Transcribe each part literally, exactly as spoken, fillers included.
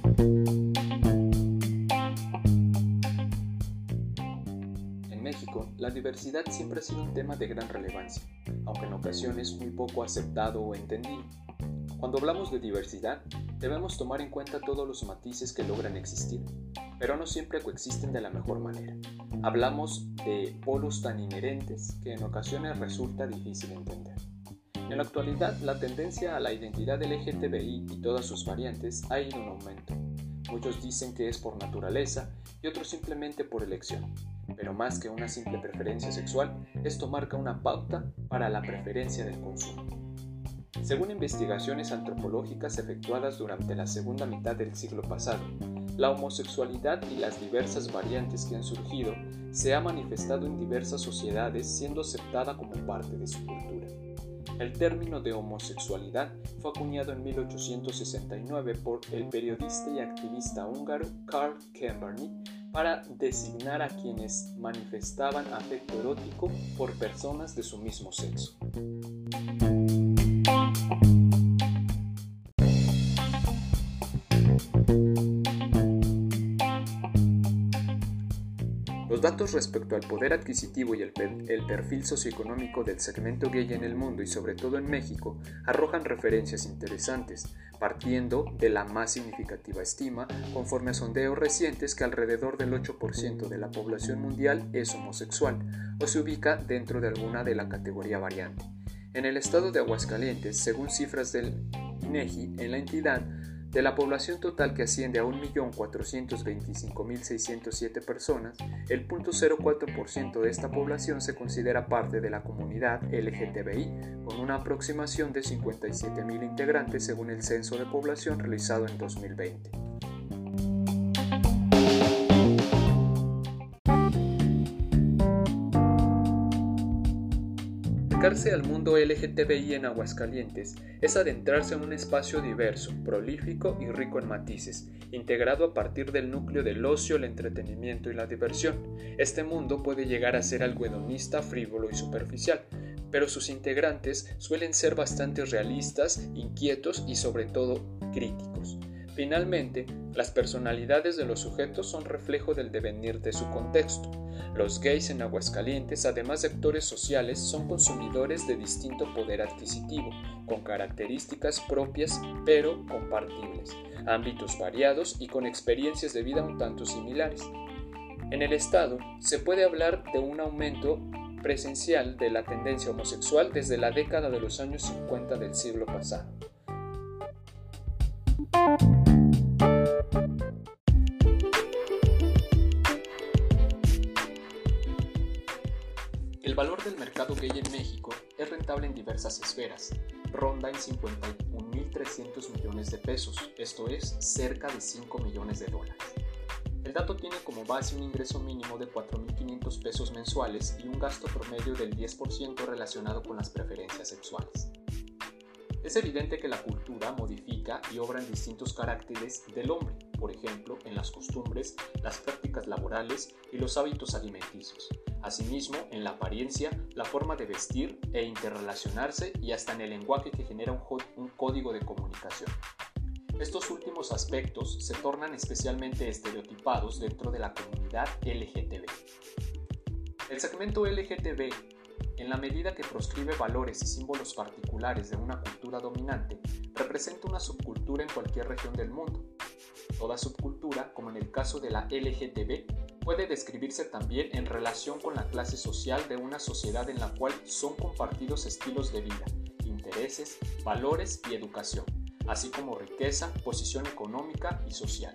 En México, la diversidad siempre ha sido un tema de gran relevancia, aunque en ocasiones muy poco aceptado o entendido. Cuando hablamos de diversidad, debemos tomar en cuenta todos los matices que logran existir, pero no siempre coexisten de la mejor manera. Hablamos de polos tan inherentes que en ocasiones resulta difícil entender. En la actualidad, la tendencia a la identidad L G T B I y todas sus variantes ha ido en aumento. Muchos dicen que es por naturaleza y otros simplemente por elección, pero más que una simple preferencia sexual, esto marca una pauta para la preferencia del consumo. Según investigaciones antropológicas efectuadas durante la segunda mitad del siglo pasado, la homosexualidad y las diversas variantes que han surgido se ha manifestado en diversas sociedades siendo aceptada como parte de su cultura. El término de homosexualidad fue acuñado en mil ochocientos sesenta y nueve por el periodista y activista húngaro Karl Kemberny para designar a quienes manifestaban afecto erótico por personas de su mismo sexo. Los datos respecto al poder adquisitivo y el, per- el perfil socioeconómico del segmento gay en el mundo y sobre todo en México arrojan referencias interesantes, partiendo de la más significativa estima, conforme a sondeos recientes, que alrededor del ocho por ciento de la población mundial es homosexual o se ubica dentro de alguna de la categoría variante. En el estado de Aguascalientes, según cifras del INEGI, en la entidad, de la población total que asciende a un millón cuatrocientos veinticinco mil seiscientos siete personas, el cero punto cero cuatro por ciento de esta población se considera parte de la comunidad L G T B I, con una aproximación de cincuenta y siete mil integrantes según el censo de población realizado en dos mil veinte. Acercarse al mundo L G T B I en Aguascalientes es adentrarse en un espacio diverso, prolífico y rico en matices, integrado a partir del núcleo del ocio, el entretenimiento y la diversión. Este mundo puede llegar a ser algo hedonista, frívolo y superficial, pero sus integrantes suelen ser bastante realistas, inquietos y sobre todo críticos. Finalmente, las personalidades de los sujetos son reflejo del devenir de su contexto. Los gays en Aguascalientes, además de actores sociales, son consumidores de distinto poder adquisitivo, con características propias pero compartibles, ámbitos variados y con experiencias de vida un tanto similares. En el estado, se puede hablar de un aumento presencial de la tendencia homosexual desde la década de los años cincuenta del siglo pasado. El valor del mercado gay en México es rentable en diversas esferas, ronda en cincuenta y un mil trescientos millones de pesos, esto es, cerca de cinco millones de dólares. El dato tiene como base un ingreso mínimo de cuatro mil quinientos pesos mensuales y un gasto promedio del diez por ciento relacionado con las preferencias sexuales. Es evidente que la cultura modifica y obra en distintos caracteres del hombre, por ejemplo, en las costumbres, las prácticas laborales y los hábitos alimenticios. Asimismo, en la apariencia, la forma de vestir e interrelacionarse y hasta en el lenguaje que genera un, un código de comunicación. Estos últimos aspectos se tornan especialmente estereotipados dentro de la comunidad L G T B. El segmento L G T B, en la medida que proscribe valores y símbolos particulares de una cultura dominante, representa una subcultura en cualquier región del mundo. Toda subcultura, como en el caso de la L G T B, puede describirse también en relación con la clase social de una sociedad en la cual son compartidos estilos de vida, intereses, valores y educación, así como riqueza, posición económica y social.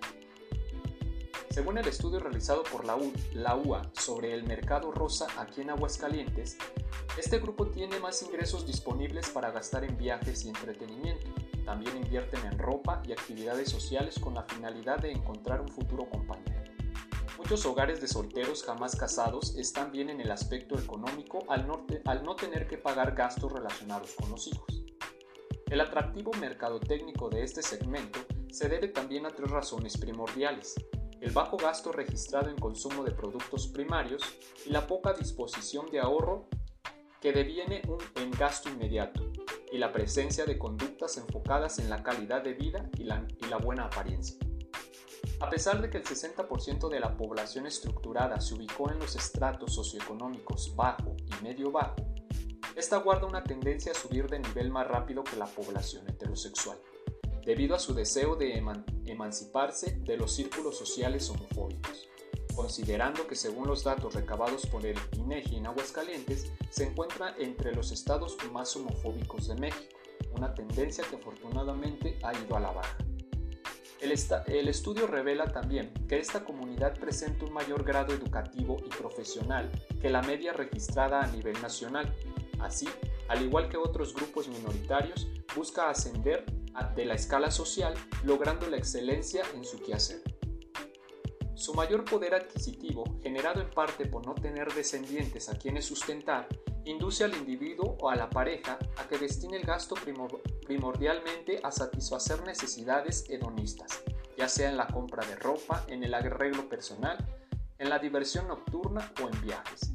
Según el estudio realizado por la U A sobre el mercado rosa aquí en Aguascalientes, este grupo tiene más ingresos disponibles para gastar en viajes y entretenimiento. También invierten en ropa y actividades sociales con la finalidad de encontrar un futuro compañero. Muchos hogares de solteros jamás casados están bien en el aspecto económico al no, al no tener que pagar gastos relacionados con los hijos. El atractivo mercadotécnico de este segmento se debe también a tres razones primordiales: el bajo gasto registrado en consumo de productos primarios y la poca disposición de ahorro que deviene un, en gasto inmediato, y la presencia de conductas enfocadas en la calidad de vida y la, y la buena apariencia. A pesar de que el sesenta por ciento de la población estructurada se ubicó en los estratos socioeconómicos bajo y medio bajo, esta guarda una tendencia a subir de nivel más rápido que la población heterosexual, debido a su deseo de eman- emanciparse de los círculos sociales homofóbicos, considerando que según los datos recabados por el INEGI en Aguascalientes, se encuentra entre los estados más homofóbicos de México, una tendencia que afortunadamente ha ido a la baja. El, esta- el estudio revela también que esta comunidad presenta un mayor grado educativo y profesional que la media registrada a nivel nacional. Así, al igual que otros grupos minoritarios, busca ascender de la escala social, logrando la excelencia en su quehacer. Su mayor poder adquisitivo, generado en parte por no tener descendientes a quienes sustentar, induce al individuo o a la pareja a que destine el gasto primor- primordialmente a satisfacer necesidades hedonistas, ya sea en la compra de ropa, en el arreglo personal, en la diversión nocturna o en viajes.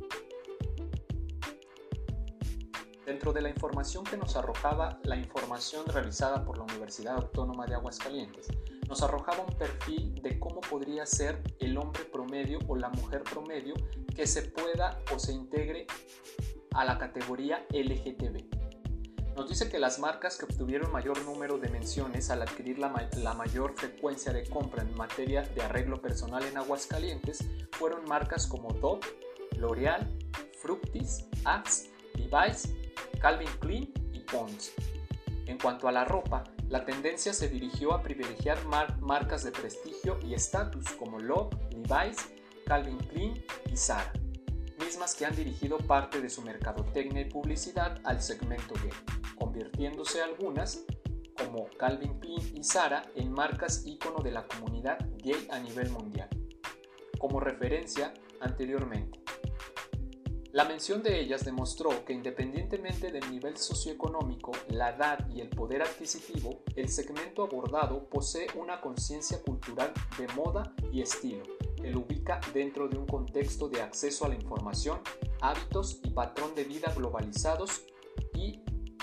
Dentro de la información que nos arrojaba la información realizada por la Universidad Autónoma de Aguascalientes, nos arrojaba un perfil de cómo podría ser el hombre promedio o la mujer promedio que se pueda o se integre a la categoría L G T B. Nos dice que las marcas que obtuvieron mayor número de menciones al adquirir la, ma- la mayor frecuencia de compra en materia de arreglo personal en Aguascalientes fueron marcas como Dove, L'Oreal, Fructis, Axe, Levi's, Calvin Klein y Pond's. En cuanto a la ropa, la tendencia se dirigió a privilegiar mar- marcas de prestigio y estatus como Love, Levi's, Calvin Klein y Zara, mismas que han dirigido parte de su mercadotecnia y publicidad al segmento gay, convirtiéndose algunas, como Calvin Klein y Zara, en marcas ícono de la comunidad gay a nivel mundial. Como referencia anteriormente, la mención de ellas demostró que independientemente del nivel socioeconómico, la edad y el poder adquisitivo, el segmento abordado posee una conciencia cultural de moda y estilo, que lo ubica dentro de un contexto de acceso a la información, hábitos y patrón de vida globalizados y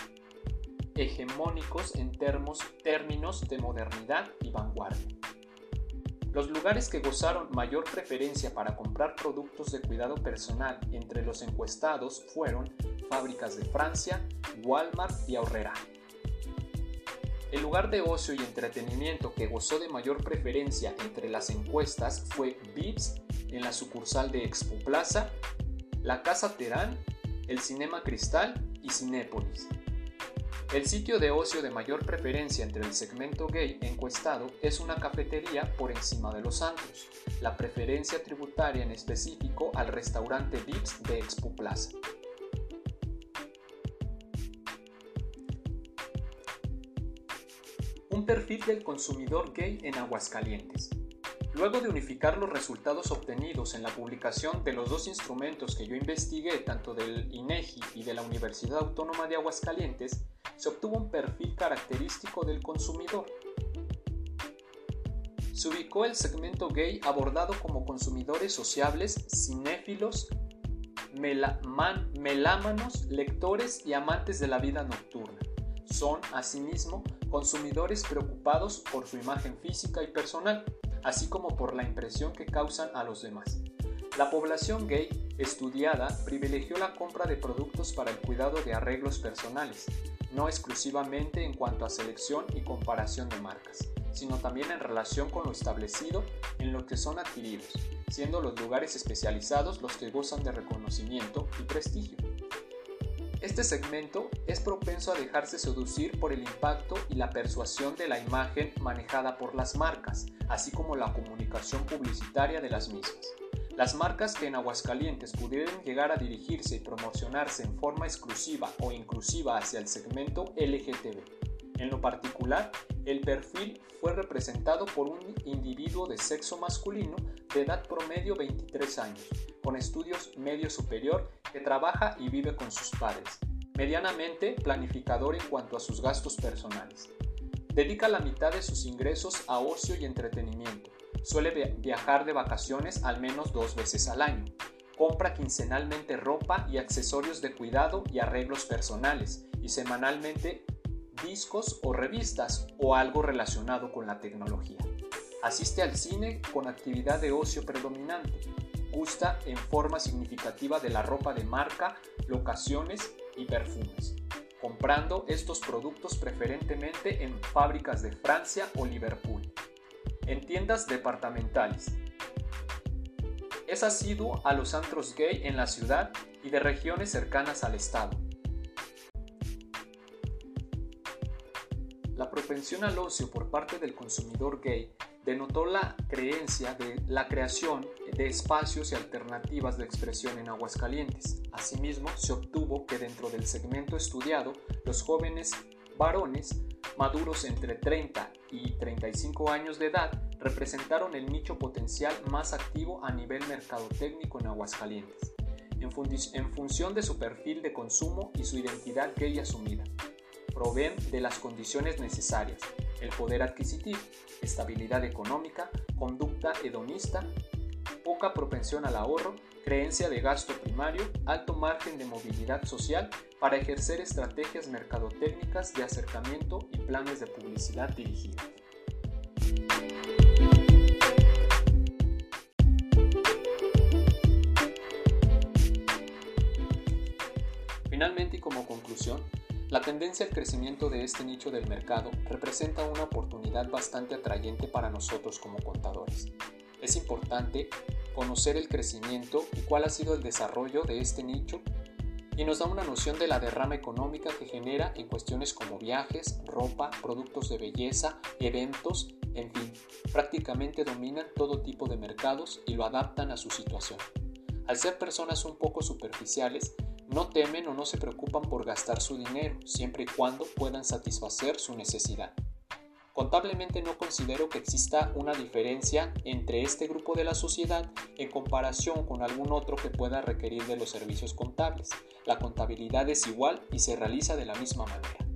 hegemónicos en termos, términos de modernidad y vanguardia. Los lugares que gozaron mayor preferencia para comprar productos de cuidado personal entre los encuestados fueron fábricas de Francia, Walmart y Aurrera. El lugar de ocio y entretenimiento que gozó de mayor preferencia entre las encuestas fue Vips en la sucursal de Expo Plaza, la Casa Terán, el Cinema Cristal y Cinépolis. El sitio de ocio de mayor preferencia entre el segmento gay encuestado es una cafetería por encima de los antros, la preferencia tributaria en específico al restaurante Vips de Expo Plaza. Un perfil del consumidor gay en Aguascalientes. Luego de unificar los resultados obtenidos en la publicación de los dos instrumentos que yo investigué, tanto del INEGI y de la Universidad Autónoma de Aguascalientes, se obtuvo un perfil característico del consumidor. Se ubicó el segmento gay abordado como consumidores sociables, cinéfilos, mela- man- melámanos, lectores y amantes de la vida nocturna. Son, asimismo, consumidores preocupados por su imagen física y personal, así como por la impresión que causan a los demás. La población gay estudiada privilegió la compra de productos para el cuidado de arreglos personales, no exclusivamente en cuanto a selección y comparación de marcas, sino también en relación con lo establecido en lo que son adquiridos, siendo los lugares especializados los que gozan de reconocimiento y prestigio. Este segmento es propenso a dejarse seducir por el impacto y la persuasión de la imagen manejada por las marcas, así como la comunicación publicitaria de las mismas. Las marcas que en Aguascalientes pudieron llegar a dirigirse y promocionarse en forma exclusiva o inclusiva hacia el segmento L G T B. En lo particular, el perfil fue representado por un individuo de sexo masculino de edad promedio veintitrés años, con estudios medio superior, que trabaja y vive con sus padres, medianamente planificador en cuanto a sus gastos personales. Dedica la mitad de sus ingresos a ocio y entretenimiento. Suele viajar de vacaciones al menos dos veces al año. Compra quincenalmente ropa y accesorios de cuidado y arreglos personales, y semanalmente discos o revistas o algo relacionado con la tecnología. Asiste al cine con actividad de ocio predominante. Gusta en forma significativa de la ropa de marca, locaciones y perfumes, comprando estos productos preferentemente en fábricas de Francia o Liverpool. En tiendas departamentales. Es asiduo a los antros gay en la ciudad y de regiones cercanas al estado. La propensión al ocio por parte del consumidor gay denotó la creencia de la creación de espacios y alternativas de expresión en Aguascalientes. Asimismo, se obtuvo que dentro del segmento estudiado, los jóvenes varones maduros entre treinta y treinta y cinco años de edad representaron el nicho potencial más activo a nivel mercadotécnico en Aguascalientes, en, fun- en función de su perfil de consumo y su identidad gay asumida. Proveen de las condiciones necesarias: el poder adquisitivo, estabilidad económica, conducta hedonista, poca propensión al ahorro, creencia de gasto primario, alto margen de movilidad social para ejercer estrategias mercadotécnicas de acercamiento y planes de publicidad dirigida. Finalmente, y como conclusión, la tendencia al crecimiento de este nicho del mercado representa una oportunidad bastante atrayente para nosotros como contadores. Es importante conocer el crecimiento y cuál ha sido el desarrollo de este nicho, y nos da una noción de la derrama económica que genera en cuestiones como viajes, ropa, productos de belleza, eventos, en fin, prácticamente dominan todo tipo de mercados y lo adaptan a su situación. Al ser personas un poco superficiales, no temen o no se preocupan por gastar su dinero, siempre y cuando puedan satisfacer su necesidad. Contablemente no considero que exista una diferencia entre este grupo de la sociedad en comparación con algún otro que pueda requerir de los servicios contables. La contabilidad es igual y se realiza de la misma manera.